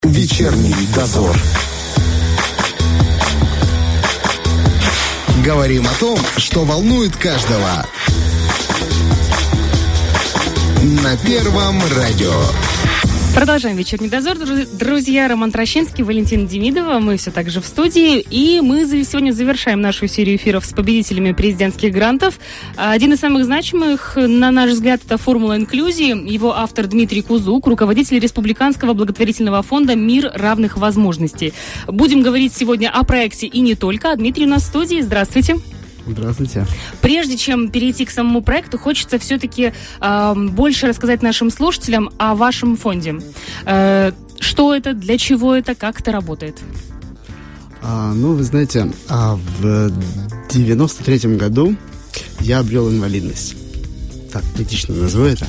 Вечерний дозор. Говорим о том, что волнует каждого. На Первом радио. Продолжаем вечерний дозор, друзья. Роман Трощинский, Валентина Демидова. Мы все так же в студии. И мы сегодня завершаем нашу серию эфиров с победителями президентских грантов. Один из самых значимых, на наш взгляд, это «Формула инклюзии». Его автор Дмитрий Кузук, руководитель Республиканского благотворительного фонда «Мир равных возможностей». Будем говорить сегодня о проекте и не только. Дмитрий у нас в студии. Здравствуйте. Здравствуйте. Прежде чем перейти к самому проекту, хочется все-таки больше рассказать нашим слушателям о вашем фонде. Что это, для чего это, как это работает? Вы знаете, в 93-м году я обрел инвалидность. Так, критично назову это.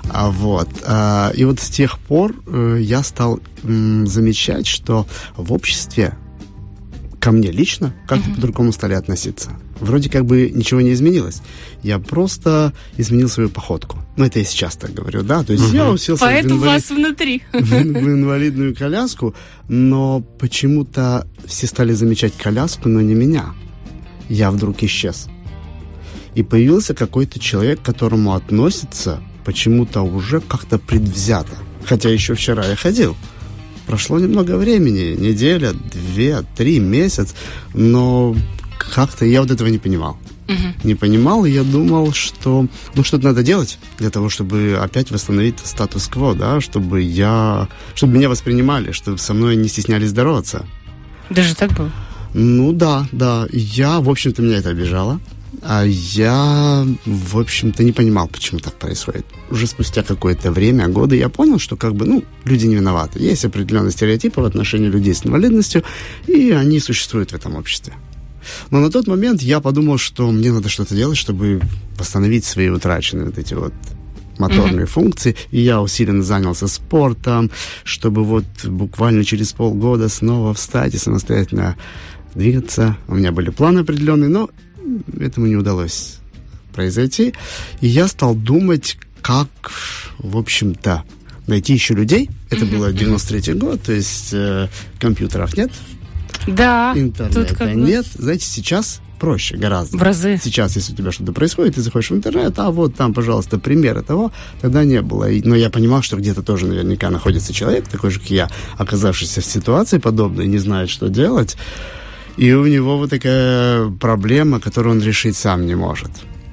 И вот с тех пор я стал замечать, что в обществе ко мне лично как-то по-другому стали относиться. Вроде как бы ничего не изменилось. Я просто изменил свою походку. Это я сейчас так говорю, да? То есть я уселся Поэтому вас внутри. в инвалидную коляску, но почему-то все стали замечать коляску, но не меня. Я вдруг исчез. И появился какой-то человек, к которому относится почему-то уже как-то предвзято. Хотя еще вчера я ходил. Прошло немного времени, неделя, 2, 3, месяц, но как-то я вот этого не понимал. Не понимал, и я думал, что что-то надо делать для того, чтобы опять восстановить статус-кво, да, чтобы меня воспринимали, чтобы со мной не стеснялись здороваться. Даже так было? Да. Я, в общем-то, меня это обижало. А я, в общем-то, не понимал, почему так происходит. Уже спустя какое-то время, годы, я понял, что люди не виноваты. Есть определенные стереотипы в отношении людей с инвалидностью, и они существуют в этом обществе. Но на тот момент я подумал, что мне надо что-то делать, чтобы восстановить свои утраченные вот эти вот моторные функции. И я усиленно занялся спортом, чтобы буквально через полгода снова встать и самостоятельно двигаться. У меня были планы определенные, но этому не удалось произойти. И я стал думать, как, в общем-то, найти еще людей. Это было 93-й год, то есть компьютеров нет. Да. Интернета нет. Знаете, сейчас проще гораздо. В разы. Сейчас, если у тебя что-то происходит, ты заходишь в интернет, там, пожалуйста, примеры того, тогда не было. Но я понимал, что где-то тоже наверняка находится человек, такой же, как я, оказавшийся в ситуации подобной, не знает, что делать. И у него вот такая проблема, которую он решить сам не может.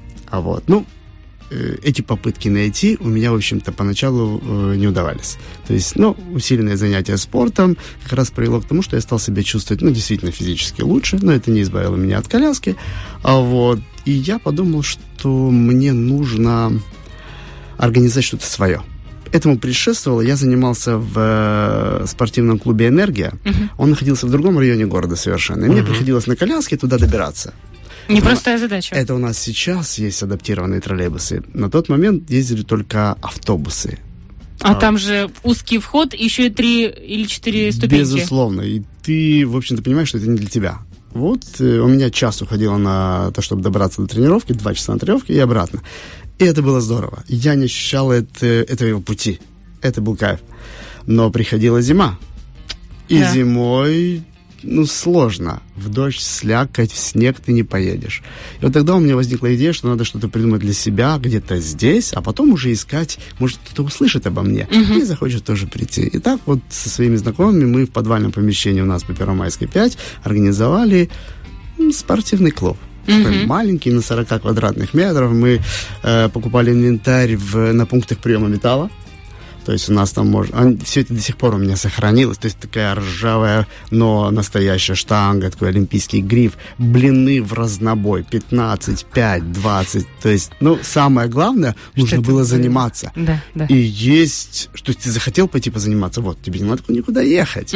Эти попытки найти у меня, в общем-то, поначалу не удавались. То есть, усиленное занятие спортом как раз привело к тому, что я стал себя чувствовать, действительно физически лучше, но это не избавило меня от коляски. И я подумал, что мне нужно организовать что-то свое. Этому предшествовало, я занимался в спортивном клубе «Энергия». Он находился в другом районе города совершенно. И мне приходилось на коляске туда добираться. Непростая задача. Это у нас сейчас есть адаптированные троллейбусы. На тот момент ездили только автобусы. Там же узкий вход, еще и 3 или 4 ступеньки. Безусловно. И ты, в общем-то, понимаешь, что это не для тебя. У меня час уходило на то, чтобы добраться до тренировки, 2 часа на тренировке и обратно. И это было здорово. Я не ощущал этого пути. Это был кайф. Но приходила зима. И зимой, сложно. В дождь, слякоть, в снег ты не поедешь. И тогда у меня возникла идея, что надо что-то придумать для себя где-то здесь, а потом уже искать, может, кто-то услышит обо мне и захочет тоже прийти. И так со своими знакомыми мы в подвальном помещении у нас по Первомайской 5 организовали спортивный клуб. Такой маленький, на 40 квадратных метров. Мы покупали инвентарь на пунктах приема металла. То есть у нас там все это до сих пор у меня сохранилось. То есть такая ржавая, но настоящая штанга, такой олимпийский гриф, блины в разнобой, 15, 5, 20. То есть, самое главное, нужно было заниматься. Да. И есть, что ты захотел пойти позаниматься, тебе не надо никуда ехать.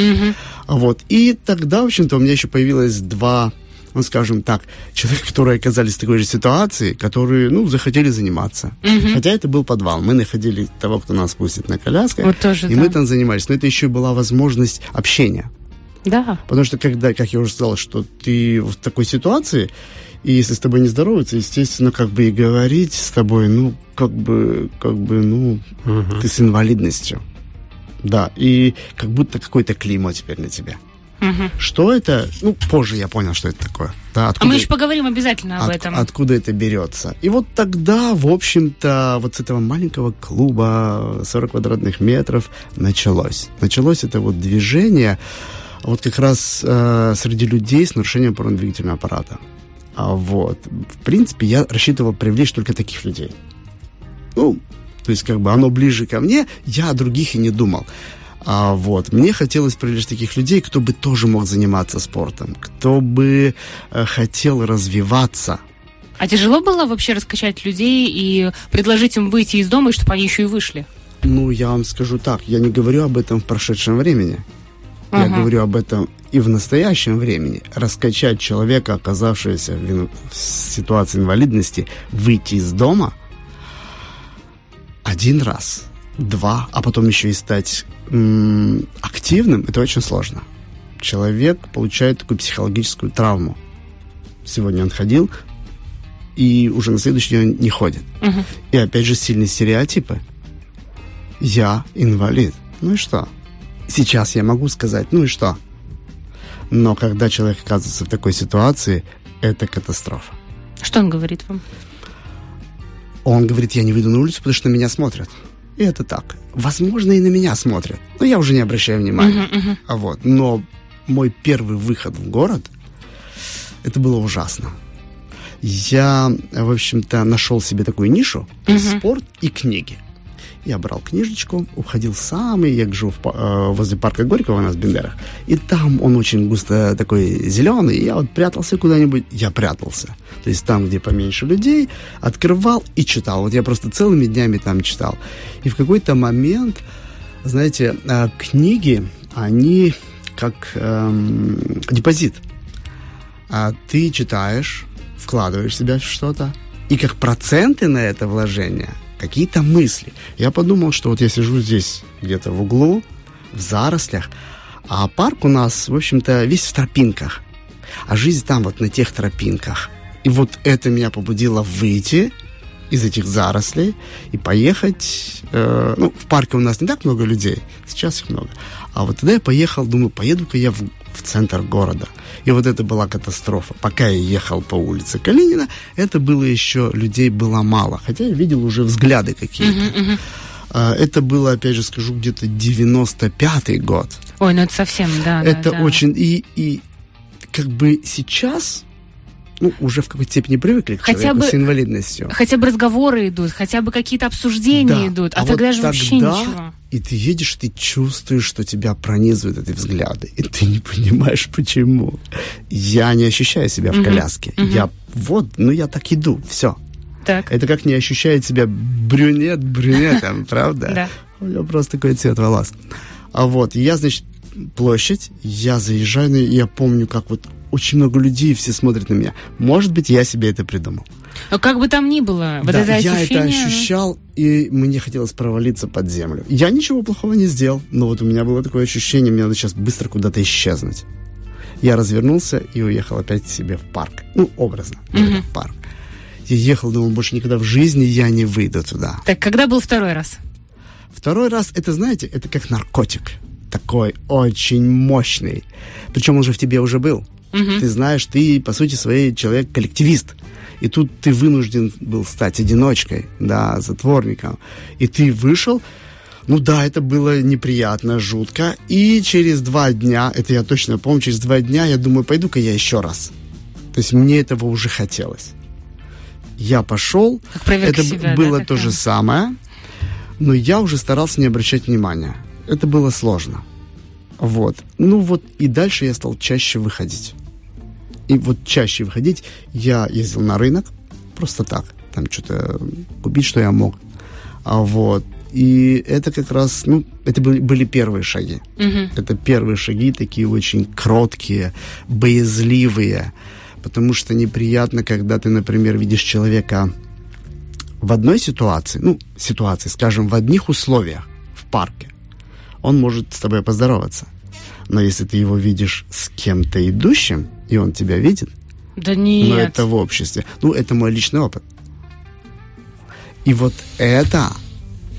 И тогда, в общем-то, у меня еще появилось 2, скажем так, человека, которые оказались в такой же ситуации, которые, захотели заниматься. Хотя это был подвал. Мы находили того, кто нас пустит на колясках, мы там занимались. Но это еще была возможность общения. Да. Потому что, когда, как я уже сказал, что ты в такой ситуации, и если с тобой не здороваются, естественно, и говорить с тобой, ты с инвалидностью. Да, и как будто какое-то клеймо теперь на тебе. Что это? Ну, позже я понял, что это такое. Да, а мы еще поговорим обязательно об этом. Откуда это берется. И вот тогда, в общем-то, вот с этого маленького клуба 40 квадратных метров началось. Началось это вот движение вот как раз среди людей с нарушением опорно-двигательного аппарата. Вот. В принципе, я рассчитывал привлечь только таких людей. Ну, то есть, как бы оно ближе ко мне, я о других и не думал. Вот. Мне хотелось привлечь таких людей, кто бы тоже мог заниматься спортом, кто бы хотел развиваться. А тяжело было вообще раскачать людей и предложить им выйти из дома, и чтобы они еще и вышли? Ну, я вам скажу так, я не говорю об этом в прошедшем времени. Я говорю об этом и в настоящем времени. Раскачать человека, оказавшегося в ситуации инвалидности, выйти из дома один раз, два, а потом еще и стать активным, это очень сложно. Человек получает такую психологическую травму. Сегодня он ходил, и уже на следующий день он не ходит. И опять же сильные стереотипы. Я инвалид. Ну и что? Сейчас я могу сказать, ну и что? Но когда человек оказывается в такой ситуации, это катастрофа. Что он говорит вам? Он говорит, я не выйду на улицу, потому что на меня смотрят. И это так. Возможно, и на меня смотрят. Но я уже не обращаю внимания. Вот. Но мой первый выход в город, это было ужасно. Я, в общем-то, нашел себе такую нишу. Спорт и книги. Я брал книжечку, уходил сам, и я живу возле парка Горького у нас в Бендерах. И там он очень густо такой зеленый, и я вот прятался куда-нибудь. Я прятался. То есть там, где поменьше людей, открывал и читал. Вот я просто целыми днями там читал. И в какой-то момент, знаете, книги, они как депозит. Ты читаешь, вкладываешь себя в что-то, и как проценты на это вложение какие-то мысли. Я подумал, что вот я сижу здесь где-то в углу, в зарослях, а парк у нас, в общем-то, весь в тропинках. А жизнь там вот на тех тропинках. И вот это меня побудило выйти из этих зарослей и поехать. В парке у нас не так много людей, сейчас их много. А вот тогда я поехал, думаю, поеду-ка я в центр города. И вот это была катастрофа. Пока я ехал по улице Калинина, это было еще, людей было мало. Хотя я видел уже взгляды какие-то. Это было, опять же скажу, где-то 95-й год. Ой, ну это совсем, да. Это да. очень... И как бы сейчас... уже в какой-то степени привыкли к человеку с инвалидностью. Хотя бы разговоры идут, хотя бы какие-то обсуждения идут, а тогда же вообще ничего. И ты едешь, ты чувствуешь, что тебя пронизывают эти взгляды, и ты не понимаешь, почему. Я не ощущаю себя в коляске. Я так иду, все. Так. Это как не ощущает себя брюнетом, правда? Да. У него просто такой цвет волос. Я, значит, площадь, я заезжаю, и я помню, как вот очень много людей, все смотрят на меня. Может быть, я себе это придумал. Но как бы там ни было, вот это ощущение... я это ощущал, и мне хотелось провалиться под землю. Я ничего плохого не сделал, но вот у меня было такое ощущение, мне надо сейчас быстро куда-то исчезнуть. Я развернулся и уехал опять себе в парк. Образно, в парк. Я ехал, думал, больше никогда в жизни я не выйду туда. Так, когда был второй раз? Второй раз, это, знаете, это как наркотик. Такой очень мощный. Причем он же в тебе уже был. Ты знаешь, ты, по сути, своей человек-коллективист. И тут ты вынужден был стать одиночкой, да, затворником. И ты вышел, это было неприятно, жутко. И через 2 дня, это я точно помню, через 2 дня я думаю, пойду-ка я еще раз. То есть мне этого уже хотелось. Я пошел, это себя, было то же самое, но я уже старался не обращать внимания. Это было сложно. И дальше я стал чаще выходить. И вот чаще выходить я ездил на рынок, просто так, там что-то купить, что я мог. И это как раз, это были первые шаги. Это первые шаги, такие очень кроткие, боязливые. Потому что неприятно, когда ты, например, видишь человека в одной ситуации, скажем, в одних условиях, в парке. Он может с тобой поздороваться. Но если ты его видишь с кем-то идущим, и он тебя видит, да нет. Но это в обществе. Это мой личный опыт. И вот это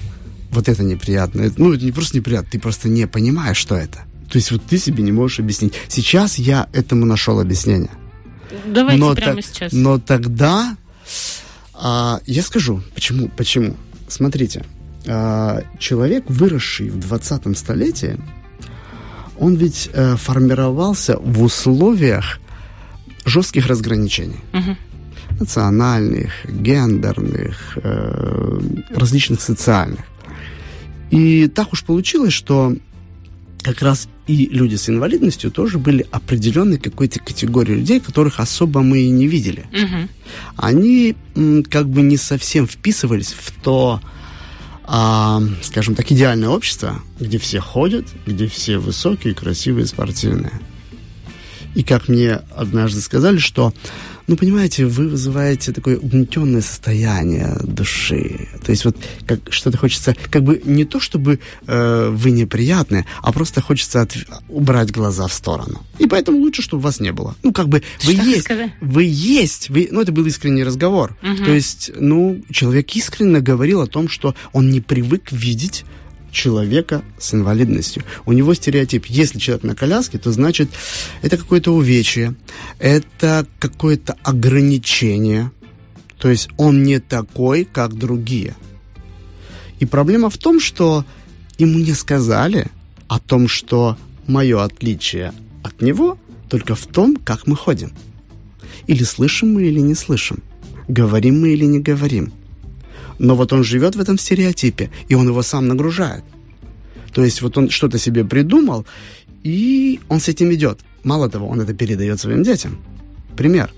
вот это неприятно. Ну, это не просто неприятно, ты просто не понимаешь, что это. То есть вот ты себе не можешь объяснить. Сейчас я этому нашел объяснение. Давайте прямо сейчас. Но тогда я скажу, почему. Смотрите, человек, выросший в 20 столетии, он ведь формировался в условиях жестких разграничений. Угу. Национальных, гендерных, различных социальных. И так уж получилось, что как раз и люди с инвалидностью тоже были определенной какой-то категорией людей, которых особо мы и не видели. Угу. Они как бы не совсем вписывались в то, скажем так, идеальное общество, где все ходят, где все высокие, красивые, спортивные. И как мне однажды сказали, что, ну, понимаете, вы вызываете такое угнетенное состояние души. То есть вот как что-то хочется, как бы не то, чтобы вы неприятны, а просто хочется убрать глаза в сторону. И поэтому лучше, чтобы вас не было. Ну, как бы вы есть. Ну, это был искренний разговор. Угу. То есть, ну, человек искренне говорил о том, что он не привык видеть человека с инвалидностью. У него стереотип. Если человек на коляске, то значит это какое-то увечье, это какое-то ограничение. То есть он не такой, как другие. И проблема в том, что ему не сказали о том, что мое отличие от него только в том, как мы ходим. Или слышим мы, или не слышим. Говорим мы или не говорим. Но вот он живет в этом стереотипе, и он его сам нагружает. То есть вот он что-то себе придумал, и он с этим идет. Мало того, он это передает своим детям. Пример.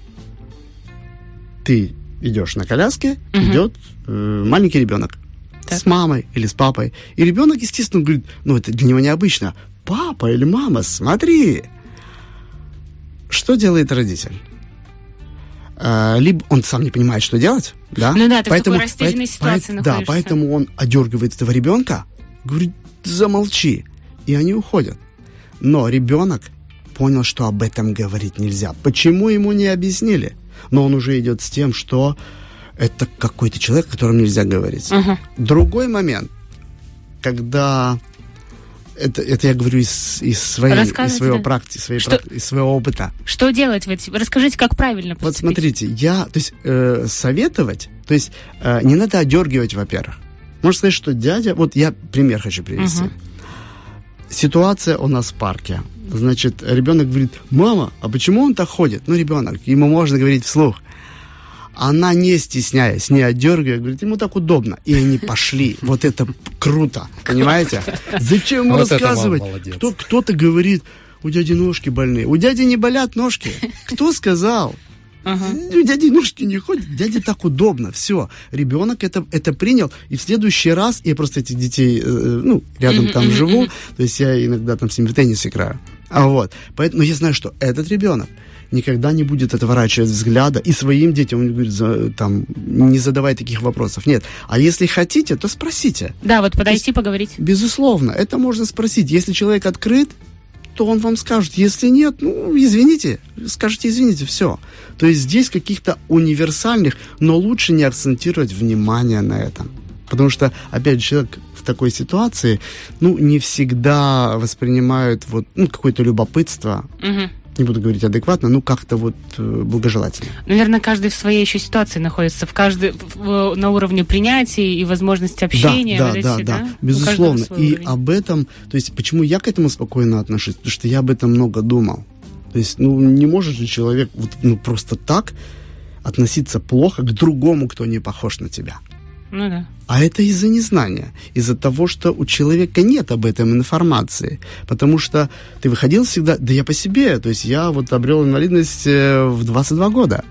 Ты идешь на коляске, идет маленький ребенок с мамой или с папой. И ребенок, естественно, говорит, ну это для него необычно. Папа или мама, смотри. Что делает родитель? Либо он сам не понимает, что делать, да? Ну да, ты в такой растерянной ситуации находишься. Да, поэтому он одергивает этого ребенка, говорит, замолчи, и они уходят. Но ребенок понял, что об этом говорить нельзя. Почему ему не объяснили? Но он уже идет с тем, что это какой-то человек, о котором нельзя говорить. Угу. Другой момент, когда... Это я говорю из своего практики, из своего опыта. Что делать? Расскажите, как правильно поступить. Вот смотрите, советовать, то есть не надо одергивать, во-первых. Можно сказать, что дядя... Вот я пример хочу привести. Ситуация у нас в парке. Значит, ребенок говорит, мама, а почему он так ходит? Ну, ребенок, ему можно говорить вслух. Она, не стесняясь, не отдергивая, говорит, ему так удобно. И они пошли. Вот это круто. Понимаете? Зачем ему рассказывать? Кто-то говорит, у дяди ножки больные. У дяди не болят ножки. Кто сказал? У дяди ножки не ходят. Дяде так удобно. Все. Ребенок это принял. И в следующий раз, я просто этих детей, рядом там живу. То есть я иногда там с ними в теннис играю. Поэтому я знаю, что этот ребенок никогда не будет отворачивать взгляда. И своим детям он говорит, там, не задавай таких вопросов. Нет. А если хотите, то спросите. Да, вот подойти, поговорить. Безусловно. Это можно спросить. Если человек открыт, то он вам скажет. Если нет, извините. Скажите извините, все. То есть здесь каких-то универсальных, но лучше не акцентировать внимание на этом. Потому что, опять же, человек в такой ситуации, не всегда воспринимают какое-то любопытство. Не буду говорить адекватно, как-то благожелательно. Наверное, каждый в своей еще ситуации находится, на уровне принятия и возможности общения. Да, безусловно. И об этом, то есть, почему я к этому спокойно отношусь? Потому что я об этом много думал. То есть, не может же человек просто так относиться плохо к другому, кто не похож на тебя. Ну да. А это из-за незнания, из-за того, что у человека нет об этом информации. Потому что ты выходил всегда, да я по себе, то есть я обрел инвалидность в 22 года.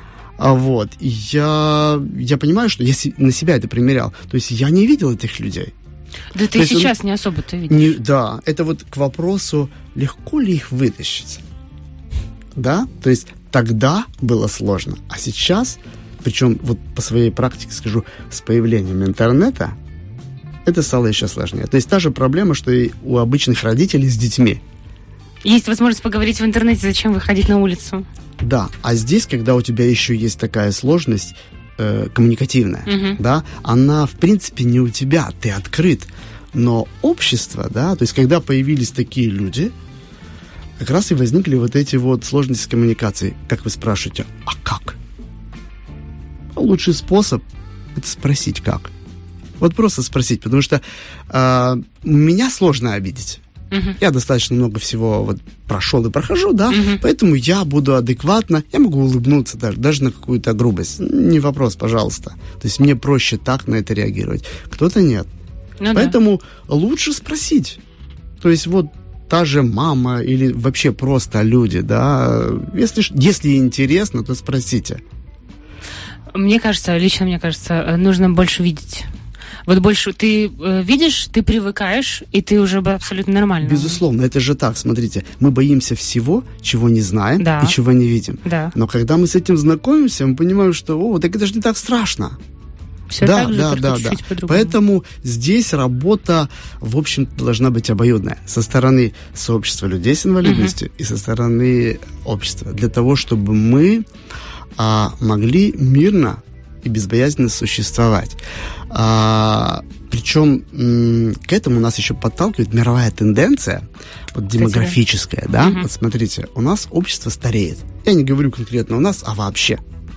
И я понимаю, что я на себя это примерял. То есть я не видел этих людей. Да ты сейчас не особо-то видишь. Да, это к вопросу, легко ли их вытащить. Да, то есть тогда было сложно, а сейчас... Причем, по своей практике скажу, с появлением интернета это стало еще сложнее. То есть та же проблема, что и у обычных родителей с детьми. Есть возможность поговорить в интернете, зачем выходить на улицу? Да, а здесь, когда у тебя еще есть такая сложность, коммуникативная, да, она, в принципе, не у тебя, ты открыт. Но общество, да, то есть когда появились такие люди, как раз и возникли вот эти вот сложности коммуникации. Как вы спрашиваете, а как? Лучший способ – это спросить как. Вот просто спросить, потому что меня сложно обидеть. Я достаточно много всего вот прошел и прохожу, да, поэтому я буду адекватно, я могу улыбнуться даже на какую-то грубость. Не вопрос, пожалуйста. То есть мне проще так на это реагировать. Кто-то нет. Ну, поэтому лучше спросить. То есть вот та же мама или вообще просто люди, да, если интересно, то спросите. Лично мне кажется, нужно больше видеть. Вот больше ты видишь, ты привыкаешь, и ты уже абсолютно нормально. Безусловно, это же так, смотрите, мы боимся всего, чего не знаем и чего не видим. Да. Но когда мы с этим знакомимся, мы понимаем, что, так это же не так страшно. Все так же, только чуть-чуть по-другому. Поэтому здесь работа, в общем, должна быть обоюдная. Со стороны сообщества людей с инвалидностью и со стороны общества. Для того, чтобы мы могли мирно и безбоязненно существовать. Причем к этому нас еще подталкивает мировая тенденция, вот демографическая, да? Вот смотрите, у нас общество стареет. Я не говорю конкретно у нас, а вообще.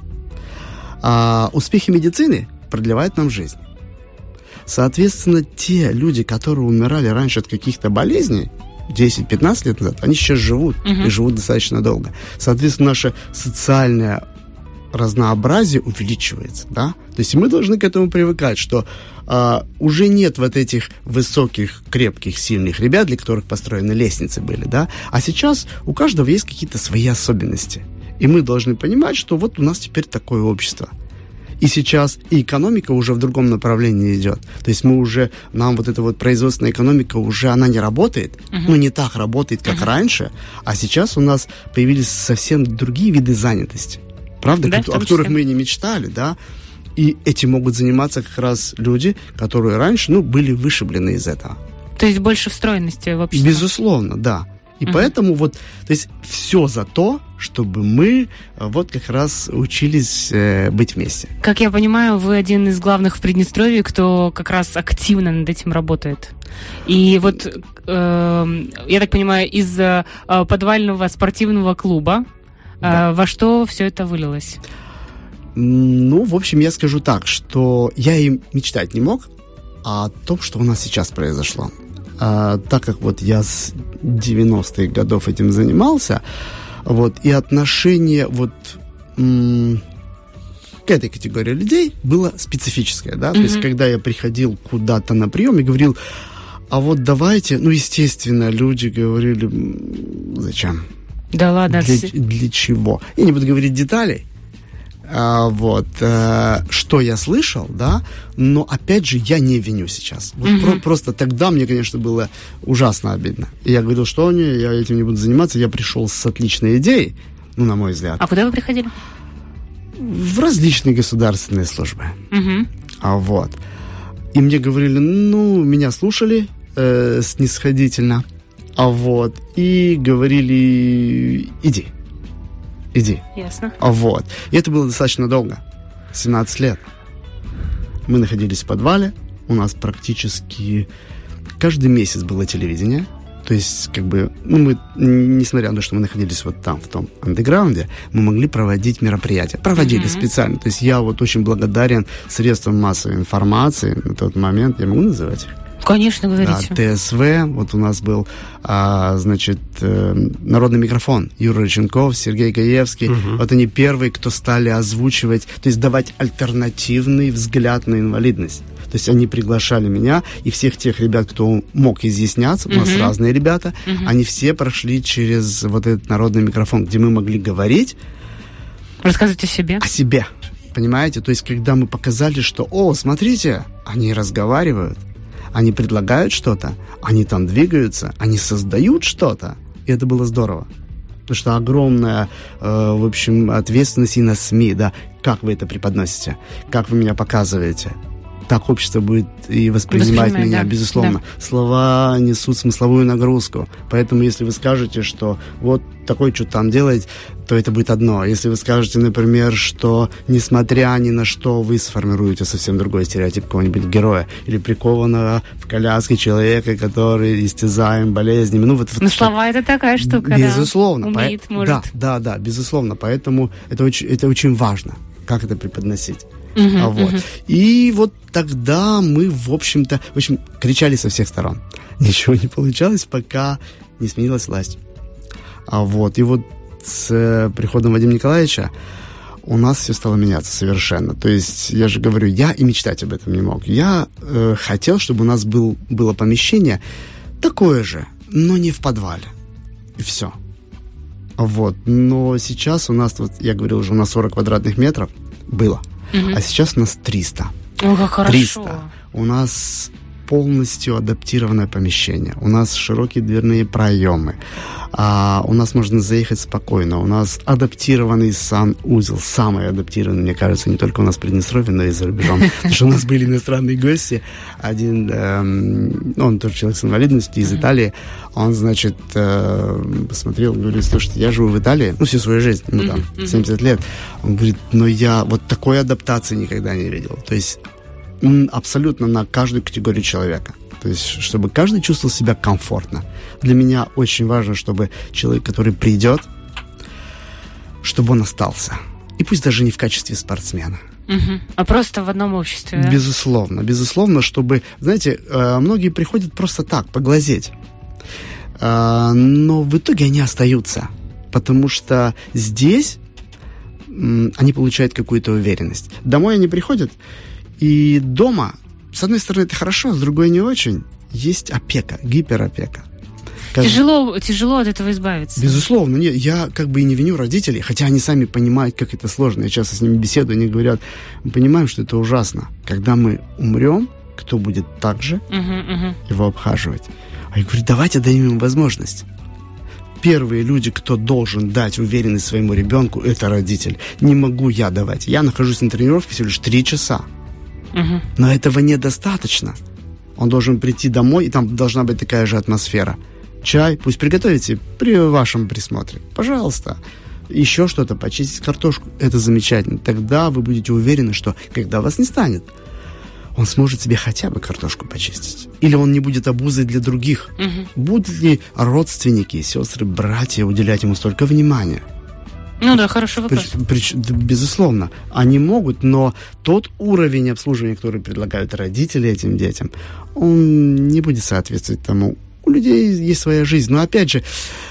Успехи медицины продлевают нам жизнь. Соответственно, те люди, которые умирали раньше от каких-то болезней, 10-15 лет назад, они сейчас живут и живут достаточно долго. Соответственно, наше социальное разнообразие увеличивается, да? То есть мы должны к этому привыкать, что уже нет вот этих высоких, крепких, сильных ребят, для которых построены лестницы были, да? А сейчас у каждого есть какие-то свои особенности. И мы должны понимать, что вот у нас теперь такое общество. И сейчас и экономика уже в другом направлении идет. То есть нам вот эта вот производственная экономика уже, она не работает, не так работает, как раньше, а сейчас у нас появились совсем другие виды занятости. Правда? Да, о которых мы и не мечтали, да? И этим могут заниматься как раз люди, которые раньше, были вышиблены из этого. То есть больше встроенности в общество? Безусловно, да. И поэтому то есть все за то, чтобы мы вот как раз учились быть вместе. Как я понимаю, вы один из главных в Приднестровье, кто как раз активно над этим работает. И вот, я так понимаю, из подвального спортивного клуба во что все это вылилось? В общем, я скажу так, что я и мечтать не мог о том, что у нас сейчас произошло. Так как вот я с 90-х годов этим занимался, и отношение к этой категории людей было специфическое, да, то есть когда я приходил куда-то на прием и говорил, а вот давайте, естественно, люди говорили, зачем? Да ладно. Для чего? Я не буду говорить деталей, что я слышал, да, но, опять же, я не виню сейчас. Просто тогда мне, конечно, было ужасно обидно. И я говорил, что я этим не буду заниматься, я пришел с отличной идеей, на мой взгляд. А куда вы приходили? В различные государственные службы. И мне говорили, меня слушали снисходительно, и говорили, иди. Ясно. И это было достаточно долго. 17 лет. Мы находились в подвале. У нас практически каждый месяц было телевидение. То есть, мы, несмотря на то, что мы находились вот там, в том андеграунде, мы могли проводить мероприятия. Проводили специально. То есть я очень благодарен средствам массовой информации на тот момент. Я могу называть их? Конечно, говорите. Да, ТСВ, у нас был, Народный микрофон, Юра Рыченков, Сергей Гаевский. Они первые, кто стали озвучивать, то есть давать альтернативный взгляд на инвалидность. То есть они приглашали меня и всех тех ребят, кто мог изъясняться, у нас разные ребята, они все прошли через вот этот Народный микрофон, где мы могли говорить. Рассказывать о себе. О себе, понимаете? То есть когда мы показали, что, смотрите, они разговаривают, они предлагают что-то, они там двигаются, они создают что-то. И это было здорово. Потому что огромная, ответственность и на СМИ, да. Как вы это преподносите? Как вы меня показываете? так общество будет и воспринимать меня, да. безусловно. Да. Слова несут смысловую нагрузку. Поэтому, если вы скажете, что вот такой что-то там делает, то это будет одно. Если вы скажете, например, что несмотря ни на что, вы сформируете совсем другой стереотип какого-нибудь героя или прикованного в коляске человека, который истязаем болезнями. Ну, но слова — это такая штука, безусловно, да. Умеет, может. Да, безусловно. Поэтому это очень важно, как это преподносить. И вот тогда мы, в общем, кричали со всех сторон. Ничего не получалось, пока не сменилась власть. И вот с приходом Вадима Николаевича у нас все стало меняться совершенно. То есть, я же говорю, я и мечтать об этом не мог. Я хотел, чтобы у нас было помещение такое же, но не в подвале. И все. Но сейчас у нас, я говорил уже, у нас 40 квадратных метров было. А сейчас у нас 300. О, как хорошо. 300. У нас полностью адаптированное помещение. У нас широкие дверные проемы. У нас можно заехать спокойно. У нас адаптированный санузел. Самый адаптированный, мне кажется, не только у нас в Приднестровье, но и за рубежом. Потому что у нас были иностранные гости. Один, он тоже человек с инвалидностью из Италии. Он, значит, посмотрел, говорит: слушайте, я живу в Италии, всю свою жизнь, 70 лет. Он говорит: но я вот такой адаптации никогда не видел. То есть абсолютно на каждую категорию человека. То есть, чтобы каждый чувствовал себя комфортно. Для меня очень важно, чтобы человек, который придет, чтобы он остался. И пусть даже не в качестве спортсмена. А просто в одном обществе, да? Безусловно, чтобы... Знаете, многие приходят просто так, поглазеть. Но в итоге они остаются. Потому что здесь они получают какую-то уверенность. Домой они приходят, и дома, с одной стороны, это хорошо, с другой не очень. Есть опека, гиперопека. Тяжело от этого избавиться. Безусловно. Нет, я и не виню родителей, хотя они сами понимают, как это сложно. Я часто с ними беседую, они говорят: мы понимаем, что это ужасно. Когда мы умрем, кто будет так же его обхаживать? А я говорю: давайте дадим им возможность. Первые люди, кто должен дать уверенность своему ребенку, это родитель. Не могу я давать. Я нахожусь на тренировке всего лишь 3 часа. Но этого недостаточно. Он должен прийти домой, и там должна быть такая же атмосфера. Чай пусть приготовите при вашем присмотре. Пожалуйста. Еще что-то, почистить картошку. Это замечательно. Тогда вы будете уверены, что когда вас не станет, он сможет себе хотя бы картошку почистить. Или он не будет обузой для других. Будут ли родственники, сестры, братья уделять ему столько внимания? Ну да, хороший вопрос. Безусловно, они могут, но тот уровень обслуживания, который предлагают родители этим детям, он не будет соответствовать тому. У людей есть своя жизнь. Но опять же,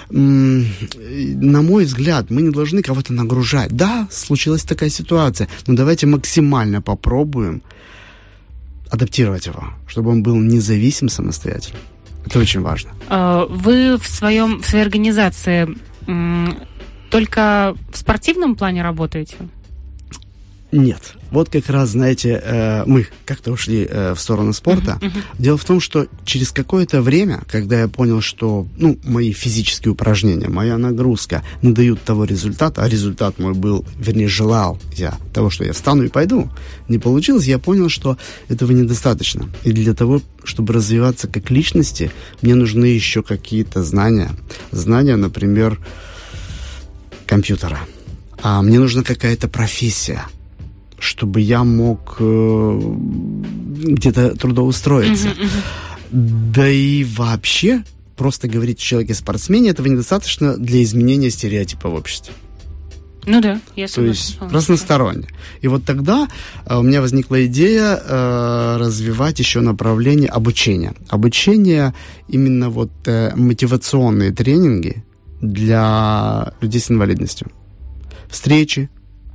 на мой взгляд, мы не должны кого-то нагружать. Да, случилась такая ситуация, но давайте максимально попробуем адаптировать его, чтобы он был независим самостоятельно. Это очень важно. Вы в своей организации только в спортивном плане работаете? Нет. Вот как раз, знаете, мы как-то ушли в сторону спорта. Дело в том, что через какое-то время, когда я понял, что мои физические упражнения, моя нагрузка не дают того результата, а результат мой был, вернее, желал я того, что я встану и пойду, не получилось, я понял, что этого недостаточно. И для того, чтобы развиваться как личности, мне нужны еще какие-то знания. Знания, например, компьютера. Мне нужна какая-то профессия, чтобы я мог где-то трудоустроиться. Да и вообще, просто говорить о человеке-спортсмене, этого недостаточно для изменения стереотипа в обществе. Ну да, я согласна. То есть разносторонне. И вот тогда у меня возникла идея развивать еще направление обучения. Обучение, именно мотивационные тренинги для людей с инвалидностью. Встречи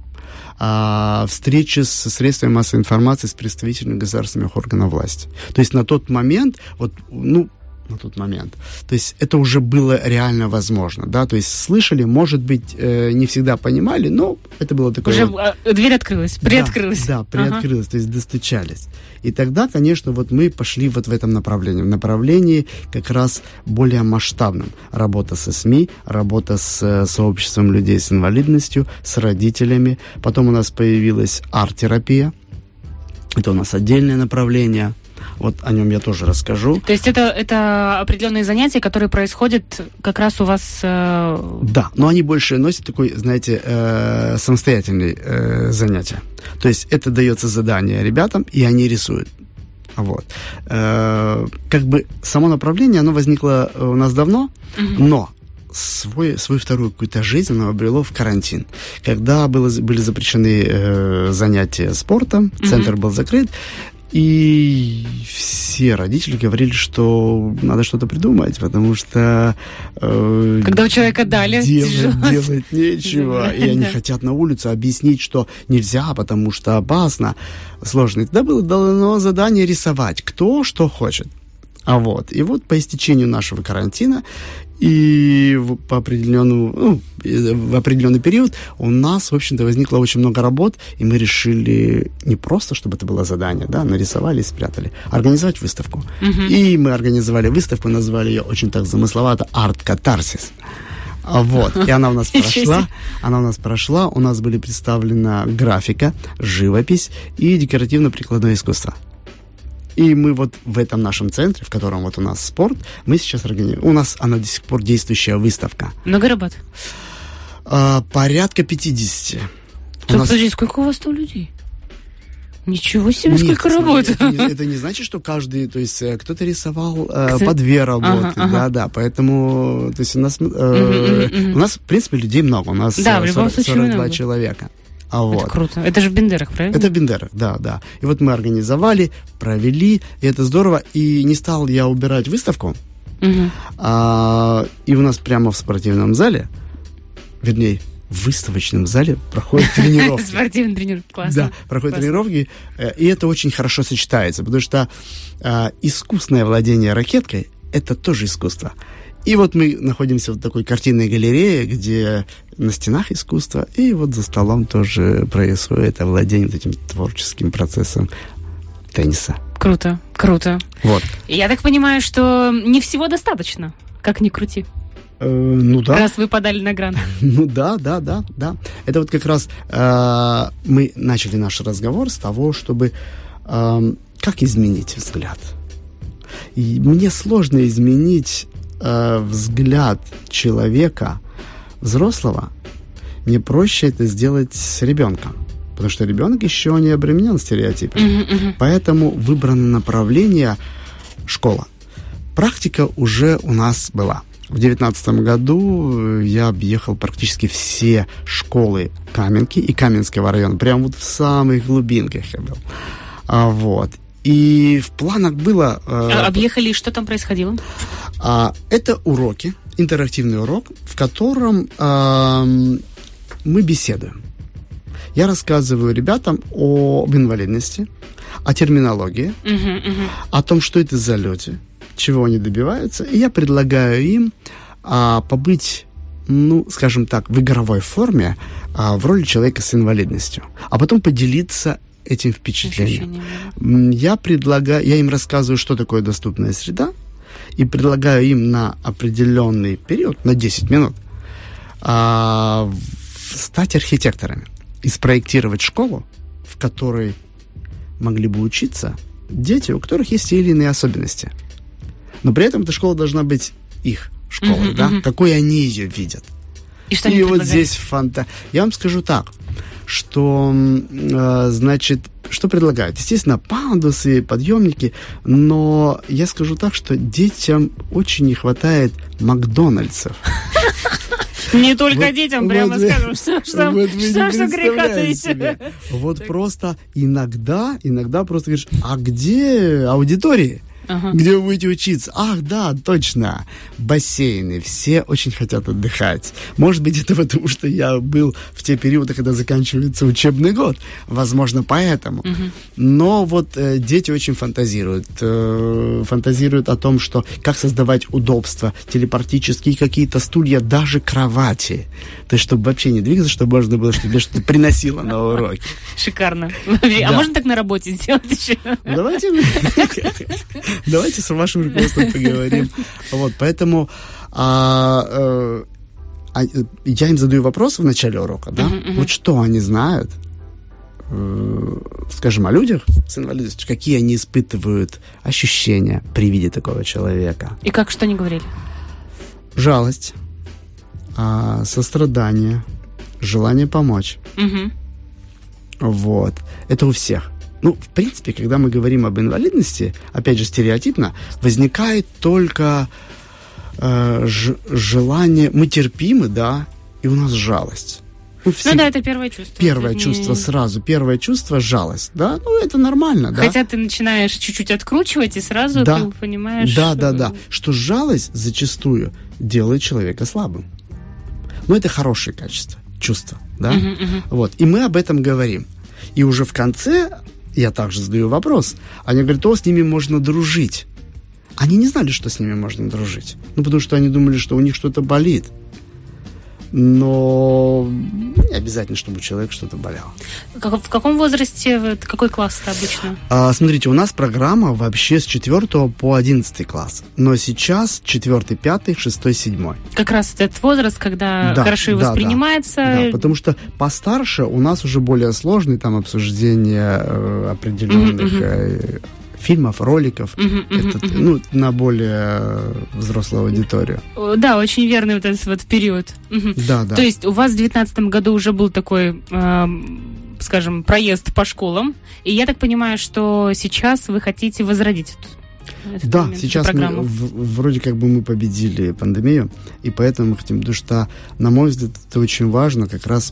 со средствами массовой информации, с представителями государственных органов власти. То есть на тот момент, то есть это уже было реально возможно, да, то есть слышали, может быть, не всегда понимали, но это было такое... Уже дверь открылась, приоткрылась. Да, приоткрылась, то есть достучались. И тогда, конечно, мы пошли в этом направлении, в направлении как раз более масштабном. Работа со СМИ, работа с сообществом людей с инвалидностью, с родителями. Потом у нас появилась арт-терапия. Это у нас отдельное направление. Вот о нем я тоже расскажу. То есть это определенные занятия, которые происходят как раз у вас... Да, но они больше носят такой, знаете, самостоятельный занятия. То есть это дается задание ребятам, и они рисуют. Вот. Как бы само направление, оно возникло у нас давно, но свою вторую какую-то жизнь оно обрело в карантин. Когда были запрещены занятия спортом, центр был закрыт, и все родители говорили, что надо что-то придумать, потому что... Когда у человека дали, делать нечего, и они хотят на улицу объяснить, что нельзя, потому что опасно, сложно. И тогда было дано задание рисовать, кто что хочет. И вот по истечению нашего карантина и в определенный период у нас, в общем-то, возникло очень много работ, и мы решили не просто, чтобы это было задание, да, нарисовали и спрятали, организовать выставку. И мы организовали выставку, назвали ее очень так замысловато «Арт-катарсис». И она у нас прошла. У нас были представлена графика, живопись и декоративно-прикладное искусство. И мы вот в этом нашем центре, в котором вот у нас спорт, мы сейчас организуем. У нас она до сих пор действующая выставка. Много работ? Порядка 50. Подожди, сколько у вас там людей? Ничего себе, сколько работ. Это не значит, что каждый, то есть кто-то рисовал по 2 работы, да, поэтому, то есть у нас, в принципе, людей много, у нас 42 человека. Это круто. Это же в Бендерах, правильно? Это в Бендерах, да. И вот мы организовали, провели, и это здорово. И не стал я убирать выставку. И у нас прямо в спортивном зале, вернее, в выставочном зале проходят тренировки. Спортивный тренировки, классно. Да, проходят тренировки, и это очень хорошо сочетается, потому что искусное владение ракеткой – это тоже искусство. И вот мы находимся в такой картинной галерее, где на стенах искусство, и вот за столом тоже происходит овладение этим творческим процессом тенниса. Круто. Вот. Я так понимаю, что не всего достаточно, как ни крути. Да. Раз вы подали на грант. Да. Это вот как раз мы начали наш разговор с того, чтобы как изменить взгляд. И мне сложно изменить взгляд человека, взрослого. Мне проще это сделать с ребенком, потому что ребенок еще не обременен стереотипами. Поэтому выбрано направление школа. Практика уже у нас была. В 2019 году я объехал практически все школы Каменки и Каменского района. Прямо вот в самых глубинках я был. И в планах было... Объехали, и что там происходило? Это уроки, интерактивный урок, в котором мы беседуем. Я рассказываю ребятам об инвалидности, о терминологии, о том, что это за люди, чего они добиваются. И я предлагаю им побыть, скажем так, в игровой форме в роли человека с инвалидностью, а потом поделиться этим впечатлением. Я им рассказываю, что такое доступная среда, и предлагаю им на определенный период, на 10 минут, стать архитекторами и спроектировать школу, в которой могли бы учиться дети, у которых есть те или иные особенности. Но при этом эта школа должна быть их школой, какой они ее видят. И вот здесь Я вам скажу так, что, что предлагают? Естественно, пандусы, подъемники, но я скажу так, что детям очень не хватает Макдональдсов. Не только детям, прямо скажем, что греха таить. Вот просто иногда просто говоришь, а где аудитории? Где вы будете учиться? Ах, да, точно, бассейны. Все очень хотят отдыхать. Может быть, это потому, что я был в те периоды, когда заканчивается учебный год. Возможно, поэтому. Но вот дети очень фантазируют. Фантазируют о том, что как создавать удобства, телепортические какие-то стулья, даже кровати. То есть, чтобы вообще не двигаться, чтобы можно было, чтобы тебе что-то приносило на уроки. Шикарно. А можно так на работе сделать еще? Давайте с вашим руководством поговорим. Поэтому я им задаю вопросы в начале урока, да? Вот что они знают скажем, о людях с инвалидностью, какие они испытывают ощущения при виде такого человека. И что они говорили? Жалость, сострадание, желание помочь. Угу. Вот. Это у всех. В принципе, когда мы говорим об инвалидности, опять же, стереотипно, возникает только желание... Мы терпимы, да, и у нас жалость. Это первое чувство. Первое чувство сразу. Первое чувство — жалость, да? Это нормально, да? Хотя ты начинаешь чуть-чуть откручивать, и сразу ты понимаешь... Да. Что жалость зачастую делает человека слабым. Это хорошее качество, чувство, да? Вот. И мы об этом говорим. И уже в конце я также задаю вопрос. Они говорят, с ними можно дружить. Они не знали, что с ними можно дружить. Потому что они думали, что у них что-то болит. Но не обязательно, чтобы у человека что-то болело. В каком возрасте, какой класс это обычно? Смотрите, у нас программа вообще с 4 по 11 класс. Но сейчас 4, 5, 6, 7. Как раз этот возраст, когда хорошо воспринимается. Да, потому что постарше у нас уже более сложные там обсуждения определенных фильмов, роликов, на более взрослую аудиторию. Да, очень верный этот период. Да. То есть у вас в 2019 году уже был такой, скажем, проезд по школам, и я так понимаю, что сейчас вы хотите возродить эту сейчас мы, вроде как бы мы победили пандемию, и поэтому мы хотим, потому что, на мой взгляд, это очень важно, как раз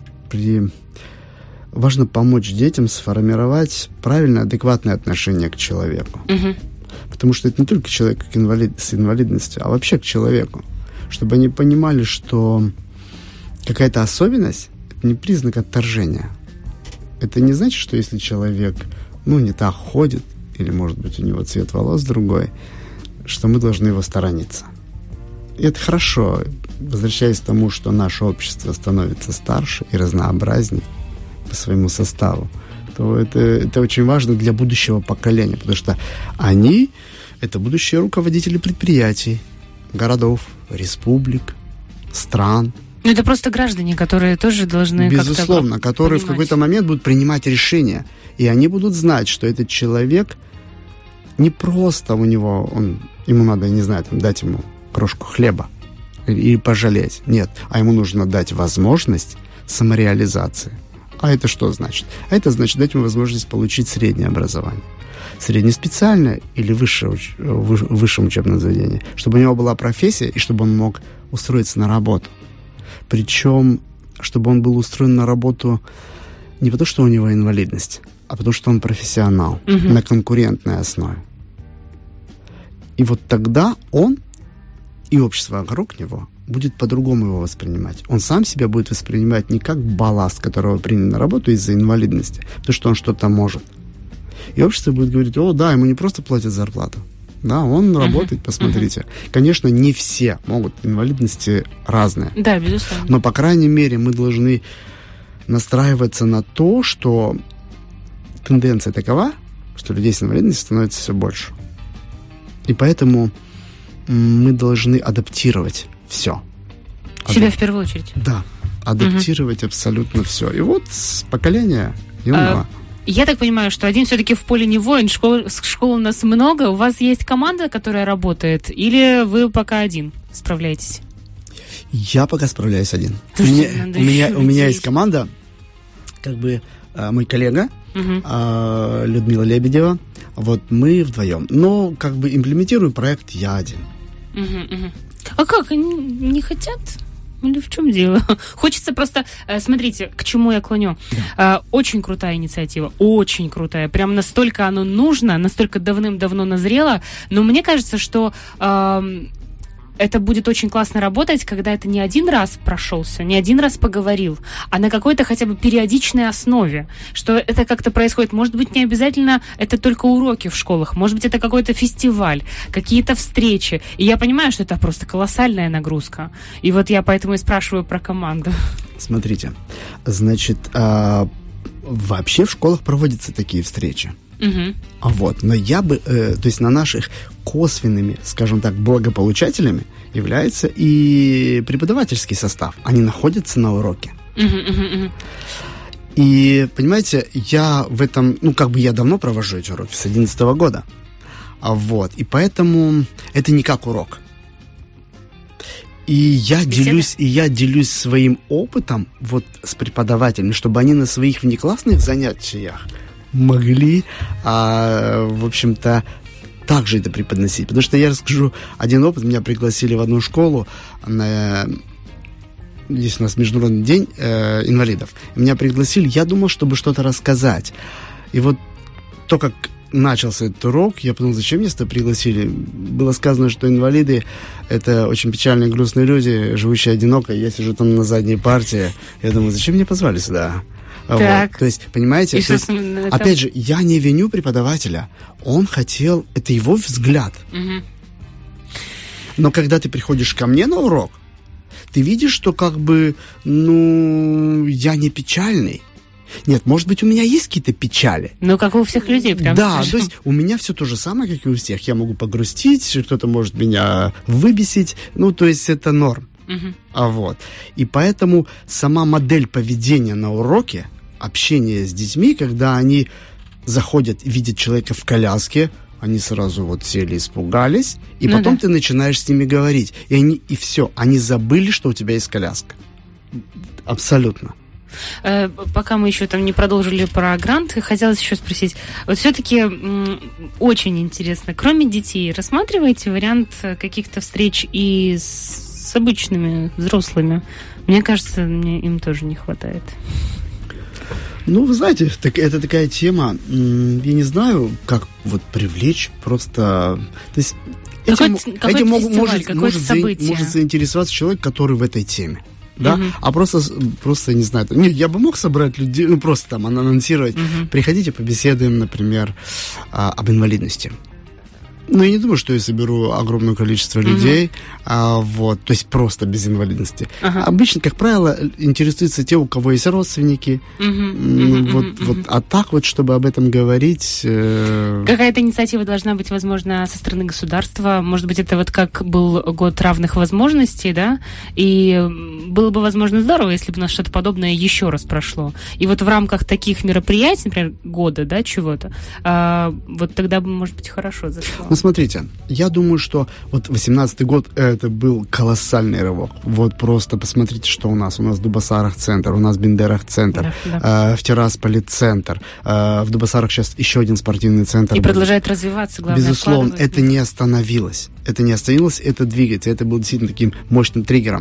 важно помочь детям сформировать правильное, адекватное отношение к человеку. Потому что это не только человек с инвалидностью, а вообще к человеку. Чтобы они понимали, что какая-то особенность – это не признак отторжения. Это не значит, что если человек, не так ходит, или, может быть, у него цвет волос другой, что мы должны его сторониться. И это хорошо. Возвращаясь к тому, что наше общество становится старше и разнообразнее по своему составу, то это очень важно для будущего поколения, потому что они – это будущие руководители предприятий, городов, республик, стран. Это просто граждане, которые тоже должны безусловно, которые в какой-то момент будут принимать решения, и они будут знать, что этот человек не просто ему надо, не знаю, дать ему крошку хлеба и пожалеть. Нет, а ему нужно дать возможность самореализации. А это что значит? А это значит дать ему возможность получить среднее образование. Среднеспециальное или в высшем учебном заведении. Чтобы у него была профессия и чтобы он мог устроиться на работу. Причем, чтобы он был устроен на работу не потому, что у него инвалидность, а потому, что он профессионал на конкурентной основе. И вот тогда он и общество вокруг него будет по-другому его воспринимать. Он сам себя будет воспринимать не как балласт, которого приняли на работу из-за инвалидности, потому что он что-то может. И общество будет говорить, ему не просто платят зарплату. Да, он работает, посмотрите. Конечно, не все могут, инвалидности разные. Да, безусловно. Но, по крайней мере, мы должны настраиваться на то, что тенденция такова, что людей с инвалидностью становится все больше. И поэтому мы должны адаптировать все. Себя в первую очередь. Да, адаптировать абсолютно все. И вот с поколения юного. Я так понимаю, что один все-таки в поле не воин, школ у нас много. У вас есть команда, которая работает, или вы пока один справляетесь? Я пока справляюсь один. У меня есть команда, мой коллега Людмила Лебедева. Вот мы вдвоем. Но имплементирую проект я один. А как? Они не хотят? Или в чем дело? Хочется просто... Смотрите, к чему я клоню. Очень крутая инициатива. Очень крутая. Прям настолько оно нужно, настолько давным-давно назрело. Но мне кажется, что... это будет очень классно работать, когда это не один раз прошелся, не один раз поговорил, а на какой-то хотя бы периодичной основе, что это как-то происходит. Может быть, не обязательно это только уроки в школах, может быть, это какой-то фестиваль, какие-то встречи. И я понимаю, что это просто колоссальная нагрузка. И вот я поэтому и спрашиваю про команду. Смотрите, значит, вообще в школах проводятся такие встречи. Но я бы, то есть на наших косвенными, скажем так, благополучателями является и преподавательский состав. Они находятся на уроке. И, понимаете, я в этом, я давно провожу эти уроки, с 2011 года. Вот. И поэтому это не как урок. И я делюсь своим опытом вот с преподавателями, чтобы они на своих внеклассных занятиях могли, в общем-то, также это преподносить. Потому что я расскажу один опыт. Меня пригласили в одну школу здесь у нас Международный день инвалидов. Меня пригласили, я думал, чтобы что-то рассказать. И вот то, как начался этот урок, я подумал, зачем меня сюда пригласили? Было сказано, что инвалиды — это очень печальные, грустные люди, живущие одиноко. Я сижу там на задней партии. Я думаю, зачем меня позвали сюда? Вот. То есть, понимаете, опять же, я не виню преподавателя. Он хотел, это его взгляд. Угу. Но когда ты приходишь ко мне на урок, ты видишь, что я не печальный. Нет, может быть, у меня есть какие-то печали. Как у всех людей, прям. Да, то есть у меня все то же самое, как и у всех. Я могу погрустить, кто-то может меня выбесить. То есть это норм. Угу. И поэтому сама модель поведения на уроке, общение с детьми, когда они заходят, видят человека в коляске, они сразу сели, испугались, и потом ты начинаешь с ними говорить. И все, они забыли, что у тебя есть коляска. Абсолютно. Пока мы еще не продолжили про грант, хотелось еще спросить. Вот все-таки очень интересно, кроме детей, рассматриваете вариант каких-то встреч и с обычными взрослыми? Мне кажется, им тоже не хватает. Вы знаете, это такая тема, я не знаю, как привлечь просто... То есть этим может заинтересоваться человек, который в этой теме. Да? Угу. А просто не знаю. Я бы мог собрать людей, просто анонсировать. Угу. Приходите, побеседуем, например, об инвалидности. Я не думаю, что я соберу огромное количество людей, то есть просто без инвалидности. Обычно, как правило, интересуются те, у кого есть родственники. А так чтобы об этом говорить... Какая-то инициатива должна быть, возможно, со стороны государства. Может быть, это как был год равных возможностей, да? И было бы, возможно, здорово, если бы у нас что-то подобное еще раз прошло. И в рамках таких мероприятий, например, года, да, чего-то, тогда бы, может быть, хорошо зашло. Смотрите, я думаю, что 18-й год это был колоссальный рывок. Просто посмотрите, что у нас. У нас в Дубасарах центр, у нас в Бендерах центр, в Тирасполе центр. В Дубасарах сейчас еще один спортивный центр. И продолжает развиваться, главное. Безусловно, это не остановилось. Это двигается. Это было действительно таким мощным триггером.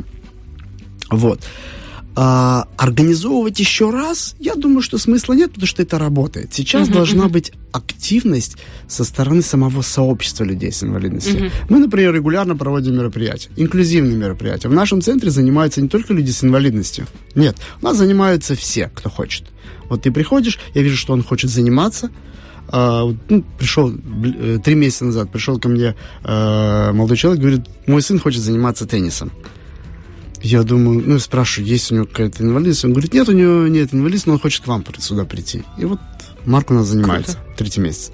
Организовывать еще раз, я думаю, что смысла нет, потому что это работает. Сейчас должна быть активность со стороны самого сообщества людей с инвалидностью. Мы, например, регулярно проводим мероприятия, инклюзивные мероприятия. В нашем центре занимаются не только люди с инвалидностью. Нет, у нас занимаются все, кто хочет. Ты приходишь, я вижу, что он хочет заниматься. Пришел 3 месяца назад, пришел ко мне молодой человек, говорит, мой сын хочет заниматься теннисом. Я думаю, спрашиваю, есть у него какая-то инвалидность? Он говорит, нет, у него нет инвалидности, но он хочет к вам сюда прийти. И Марк у нас занимается. Круто. 3-й месяц.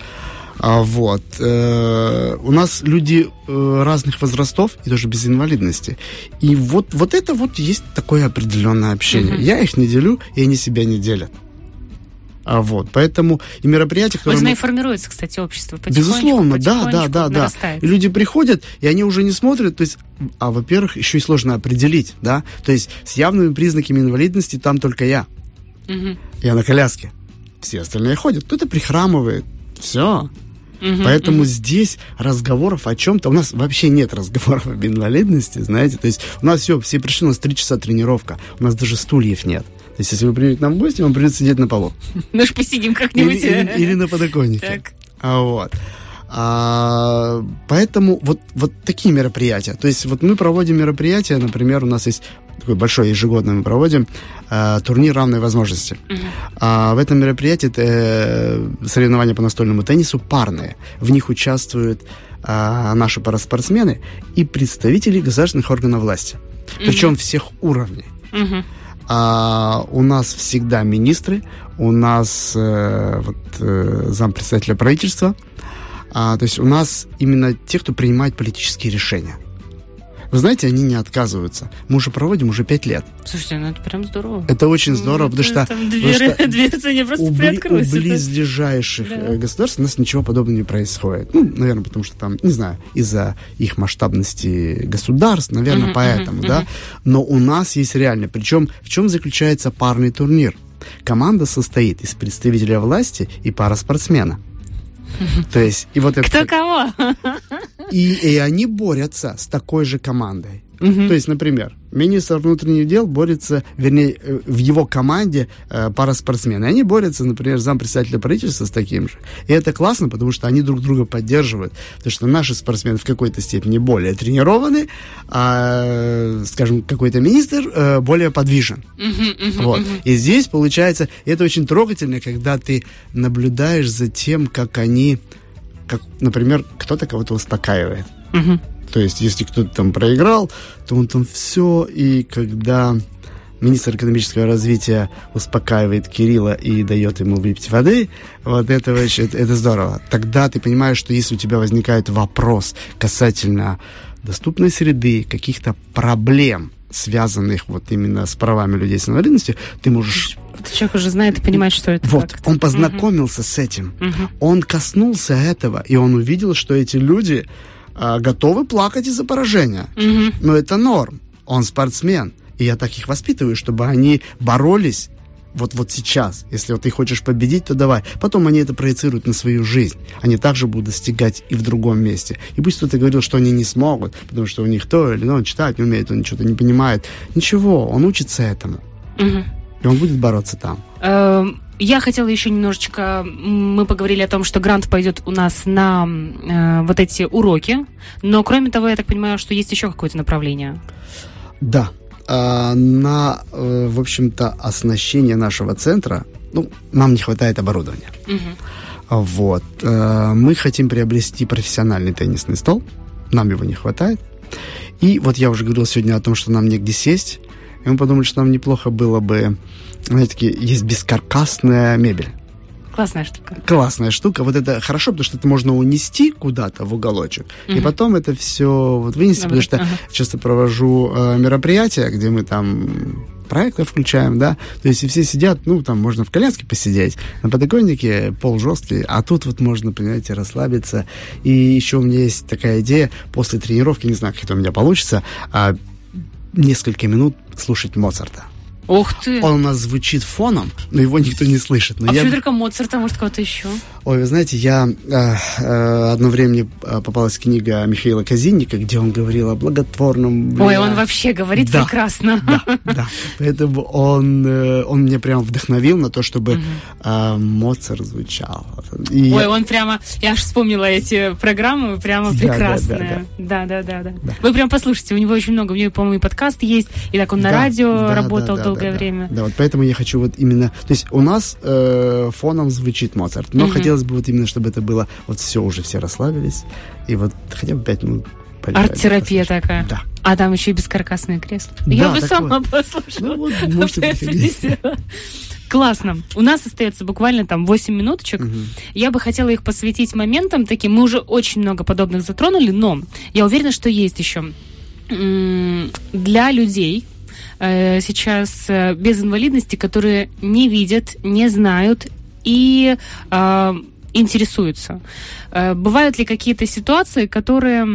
У нас люди разных возрастов и даже без инвалидности. И это есть такое определенное общение. Я их не делю, и они себя не делят. Поэтому и мероприятия, которые... И формируется, кстати, общество потихонечку. Безусловно, да. Нарастает. И люди приходят, и они уже не смотрят, то есть, во-первых, еще и сложно определить, да, то есть с явными признаками инвалидности там только я. Угу. Я на коляске. Все остальные ходят. Кто-то прихрамывает. Все. Поэтому здесь разговоров о чем-то... У нас вообще нет разговоров об инвалидности, знаете. То есть у нас все пришли, у нас 3 часа тренировка. У нас даже стульев нет. То есть если вы придете к нам в гости, вам придется сидеть на полу. Ну ж посидим как-нибудь. Или на подоконнике. Так. Поэтому такие мероприятия. То есть мы проводим мероприятия, например, у нас есть такое большое ежегодное мы проводим турнир равной возможности. В этом мероприятии это соревнования по настольному теннису парные. В них участвуют наши параспортсмены и представители государственных органов власти. Причем всех уровней. У нас всегда министры, у нас зампредседателя правительства. То есть у нас именно те, кто принимает политические решения. Вы знаете, они не отказываются. Мы уже проводим уже 5 лет. Слушайте, ну это прям здорово. Это очень здорово, потому что... Дверца не просто приоткрылась. У близлежащих государств у нас ничего подобного не происходит. Ну, наверное, потому что там, не знаю, из-за их масштабности государств, наверное, поэтому, да. Но у нас есть реально. Причем в чем заключается парный турнир? Команда состоит из представителя власти и пара спортсмена. То есть, и вот это... Кто кого? И они борются с такой же командой. То есть, например, министр внутренних дел борется, вернее, в его команде пара спортсменов. Они борются, например, зампредседателя правительства с таким же. И это классно, потому что они друг друга поддерживают. Потому что наши спортсмены в какой-то степени более тренированы, а, скажем, какой-то министр более подвижен. Вот. И здесь, получается, это очень трогательно, когда ты наблюдаешь за тем, как они, как, например, кто-то кого-то успокаивает. То есть, если кто-то там проиграл, то он там все, и когда министр экономического развития успокаивает Кирилла и дает ему выпить воды, вот это вообще, это здорово. Тогда ты понимаешь, что если у тебя возникает вопрос касательно доступной среды, каких-то проблем, связанных вот именно с правами людей с инвалидностью, ты можешь... Человек уже знает и понимает, что это. Вот, он познакомился с этим, он коснулся этого, и он увидел, что эти люди... готовы плакать из-за поражения. Но это норм. Он спортсмен. И я так их воспитываю, чтобы они боролись вот сейчас. Если вот ты хочешь победить, то давай. Потом они это проецируют на свою жизнь. Они также будут достигать и в другом месте. И пусть кто-то говорил, что они не смогут, потому что у них то или он читать не умеет, он что-то не понимает. Ничего, он учится этому. И он будет бороться там. Я хотела еще немножечко... Мы поговорили о том, что грант пойдет у нас на вот эти уроки. Но, кроме того, я так понимаю, что есть еще какое-то направление. Да. На, в общем-то, оснащение нашего центра, ну, нам не хватает оборудования. Вот. Мы хотим приобрести профессиональный теннисный стол. Нам его не хватает. И вот я уже говорил сегодня о том, что нам негде сесть. И мы подумали, что нам неплохо было бы... Знаете, есть бескаркасная мебель. Классная штука. Классная штука. Вот это хорошо, потому что это можно унести куда-то в уголочек, и потом это все вот вынести, потому что часто провожу мероприятия, где мы там проекты включаем, да, то есть и все сидят, ну, там можно в коляске посидеть, на подоконнике пол жесткий, а тут вот можно, понимаете, расслабиться. И еще у меня есть такая идея, после тренировки, не знаю, как это у меня получится, несколько минут слушать Моцарта. Ух ты! Он у нас звучит фоном, но его никто не слышит. Но почему только Моцарта, может, кого-то еще? Ой, вы знаете, я одно время попалась книга Михаила Казинника, где он говорил о благотворном... Ой, он вообще говорит прекрасно. Да. Поэтому он меня прямо вдохновил на то, чтобы Моцарт звучал. Ой, он прямо... Я аж вспомнила эти программы, прямо прекрасные. Да. Вы прям послушайте, у него очень много, у него, по-моему, и подкаст есть, и так он на радио работал долгое время. Да, вот поэтому я хочу вот именно... То есть у нас фоном звучит Моцарт, но хотелось бы вот именно, чтобы это было... Вот все, уже все расслабились, и вот хотя бы 5 минут... Арт-терапия такая. Да. А там еще и бескаркасное кресло. Да, я бы сама послушала. Ну вот, можете приходить. Классно. У нас остается буквально там 8 минуточек. Я бы хотела их посвятить моментам таким. Мы уже очень много подобных затронули, но я уверена, что есть еще для людей сейчас без инвалидности, которые не видят, не знают и интересуются. Бывают ли какие-то ситуации, которые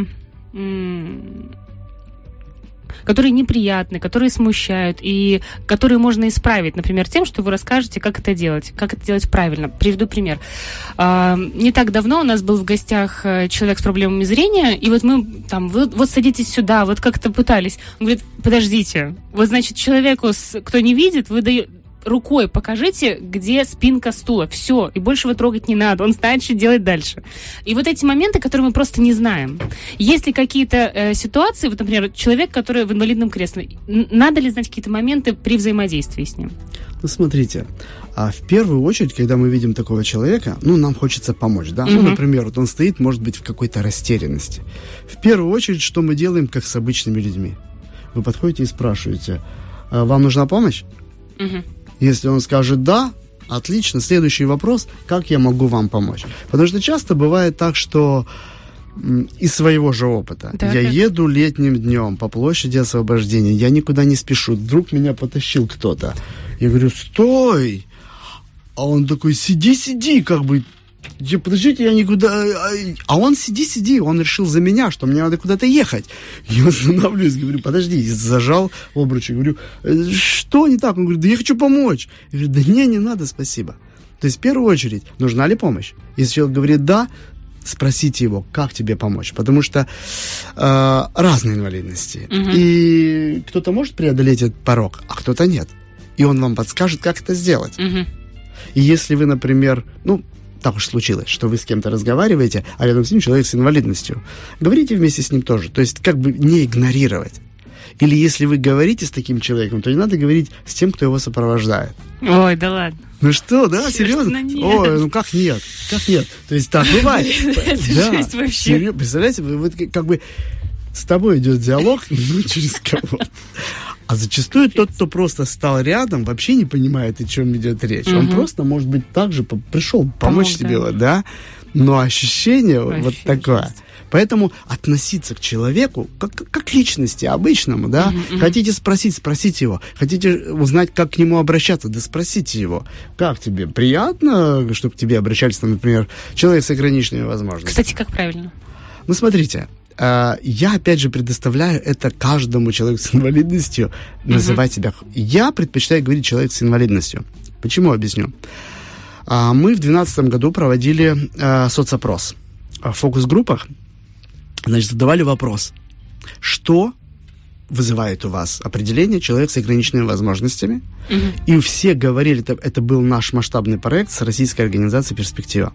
неприятны, которые смущают и которые можно исправить, например, тем, что вы расскажете, как это делать правильно. Приведу пример. Не так давно у нас был в гостях человек с проблемами зрения, и вот мы там, вот садитесь сюда, вот как-то пытались. Он говорит, подождите, вот значит человеку, кто не видит, вы даете... Рукой покажите, где спинка стула. Все, и больше его трогать не надо. Он знает, что делать дальше. И вот эти моменты, которые мы просто не знаем. Есть ли какие-то ситуации, вот, например, человек, который в инвалидном кресле, надо ли знать какие-то моменты при взаимодействии с ним? Ну, смотрите, в первую очередь, когда мы видим такого человека, нам хочется помочь, да? Ну, например, вот он стоит, может быть, в какой-то растерянности. В первую очередь, что мы делаем, как с обычными людьми? Вы подходите и спрашиваете, вам нужна помощь? Если он скажет «да», отлично. Следующий вопрос – как я могу вам помочь? Потому что часто бывает так, что из своего же опыта. Да, я так. еду летним днем по площади Освобождения, я никуда не спешу. Вдруг меня потащил кто-то. Я говорю, стой! А он такой, сиди, как бы. Подождите, я никуда... А он сиди, он решил за меня, что мне надо куда-то ехать. Я останавливаюсь, говорю, подожди, зажал обруч, говорю, что не так? Он говорит, да я хочу помочь. Я говорю, да не надо, спасибо. То есть, в первую очередь, нужна ли помощь? Если человек говорит «да», спросите его, как тебе помочь. Потому что разные инвалидности. И кто-то может преодолеть этот порог, а кто-то нет. И он вам подскажет, как это сделать. И если вы, например, так уж случилось, что вы с кем-то разговариваете, а рядом с ним человек с инвалидностью, говорите вместе с ним тоже. То есть как бы не игнорировать. Или если вы говорите с таким человеком, то не надо говорить с тем, кто его сопровождает. Ой, да ладно. Ну что, да, серьезно? Ой, как нет? То есть так бывает. Это жесть вообще. Представляете, вот как бы с тобой идет диалог, через кого. А зачастую тот, кто просто стал рядом, вообще не понимает, о чем идет речь. Он просто, может быть, также пришел помочь тебе, да? Но ощущение вот такое. Поэтому относиться к человеку как к личности обычному, да? Хотите спросить, спросите его. Хотите узнать, как к нему обращаться, да спросите его. Как тебе? Приятно, чтобы к тебе обращались, например, человек с ограниченными возможностями? Кстати, как правильно? Ну, смотрите, я, опять же, предоставляю это каждому человеку с инвалидностью называть себя. Я предпочитаю говорить человек с инвалидностью. Почему? Объясню. Мы в 2012 году проводили соцопрос. В фокус-группах, значит, задавали вопрос, что вызывает у вас определение человек с ограниченными возможностями. И все говорили, это был наш масштабный проект с российской организацией «Перспектива».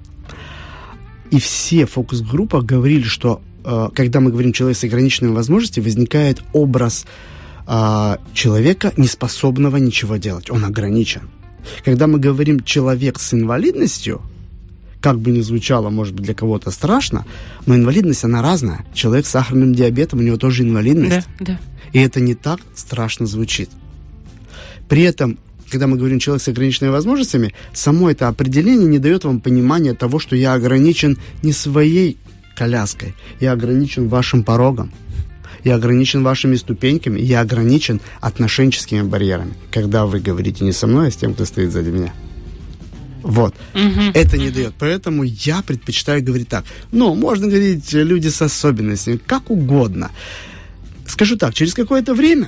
И все в фокус-группах говорили, что когда мы говорим «человек с ограниченными возможностями», возникает образ человека, неспособного ничего делать. Он ограничен. Когда мы говорим «человек с инвалидностью», как бы ни звучало, может быть, для кого-то страшно, но инвалидность, она разная. Человек с сахарным диабетом, у него тоже инвалидность. Да. И это не так страшно звучит. При этом, когда мы говорим «человек с ограниченными возможностями», само это определение не дает вам понимания того, что я ограничен не своей коляской, я ограничен вашим порогом, я ограничен вашими ступеньками, я ограничен отношенческими барьерами, когда вы говорите не со мной, а с тем, кто стоит сзади меня. Вот. Это не дает. Поэтому я предпочитаю говорить так. Можно говорить люди с особенностями, как угодно. Скажу так, через какое-то время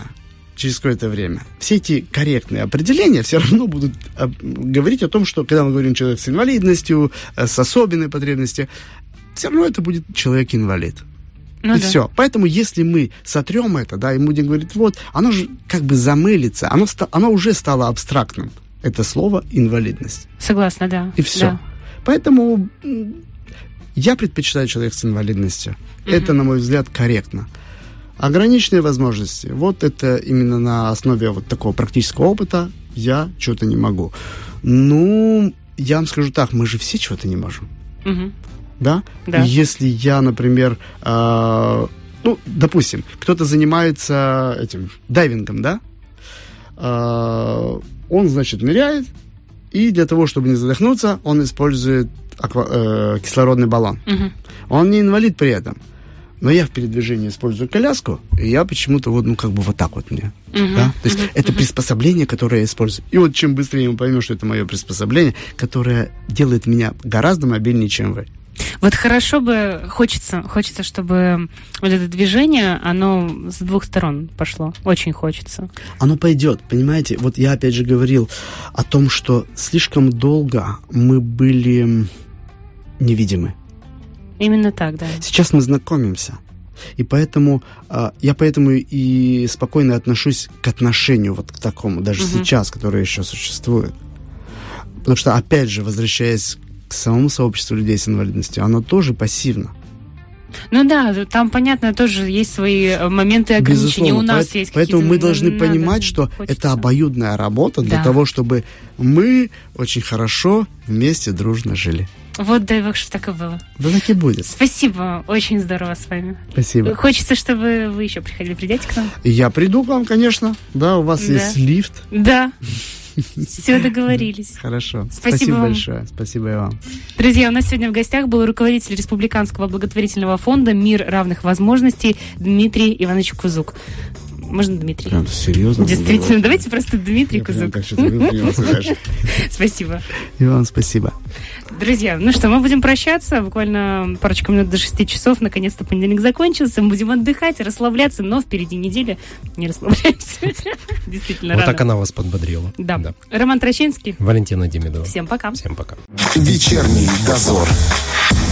все эти корректные определения все равно будут говорить о том, что когда мы говорим человек с инвалидностью, с особенной потребностью, все равно это будет человек-инвалид. И все. Поэтому, если мы сотрем это, да, и будем говорить, оно же как бы замылится, оно уже стало абстрактным. Это слово «инвалидность». Согласна, да. И все. Да. Поэтому я предпочитаю человека с инвалидностью. Это, на мой взгляд, корректно. Ограниченные возможности. Это именно на основе такого практического опыта я что-то не могу. Я вам скажу так, мы же все чего-то не можем. Да? Если я, например, допустим, кто-то занимается дайвингом, да? Он, значит, ныряет, и для того, чтобы не задохнуться, он использует кислородный баллон. Он не инвалид при этом. Но я в передвижении использую коляску, и я почему-то вот так вот мне. Да? То есть это приспособление, которое я использую. И чем быстрее мы поймем, что это мое приспособление, которое делает меня гораздо мобильнее, чем вы. Хорошо бы, хочется, чтобы это движение, оно с двух сторон пошло. Очень хочется. Оно пойдет, понимаете? Я опять же говорил о том, что слишком долго мы были невидимы. Именно так, да. Сейчас мы знакомимся. И поэтому я и спокойно отношусь к отношению к такому, даже сейчас, которое еще существует. Потому что, опять же, возвращаясь к самому сообществу людей с инвалидностью, оно тоже пассивно. Там, понятно, тоже есть свои моменты ограничений. У нас есть поэтому мы должны понимать, что это обоюдная работа для того, чтобы мы очень хорошо вместе дружно жили. Дай бог, что так и было. Да так и будет. Спасибо, очень здорово с вами. Спасибо. Хочется, чтобы вы еще приходили. Придете к нам? Я приду к вам, конечно. Да, у вас есть лифт. Да. Все, договорились. Хорошо. Спасибо вам большое. Спасибо и вам. Друзья, у нас сегодня в гостях был руководитель Республиканского благотворительного фонда «Мир равных возможностей» Дмитрий Иванович Кузук. Можно Дмитрий? Прям серьезно? Действительно, давайте просто Дмитрий Кузук. Спасибо. И вам спасибо. Друзья, ну что, мы будем прощаться. Буквально парочку минут до 6 часов. Наконец-то понедельник закончился. Мы будем отдыхать, расслабляться, но впереди неделя. Не расслабляемся. Действительно рано. Вот так она вас подбодрила. Да. Роман Трощинский. Валентина Демидова. Всем пока. Всем пока. Вечерний дозор.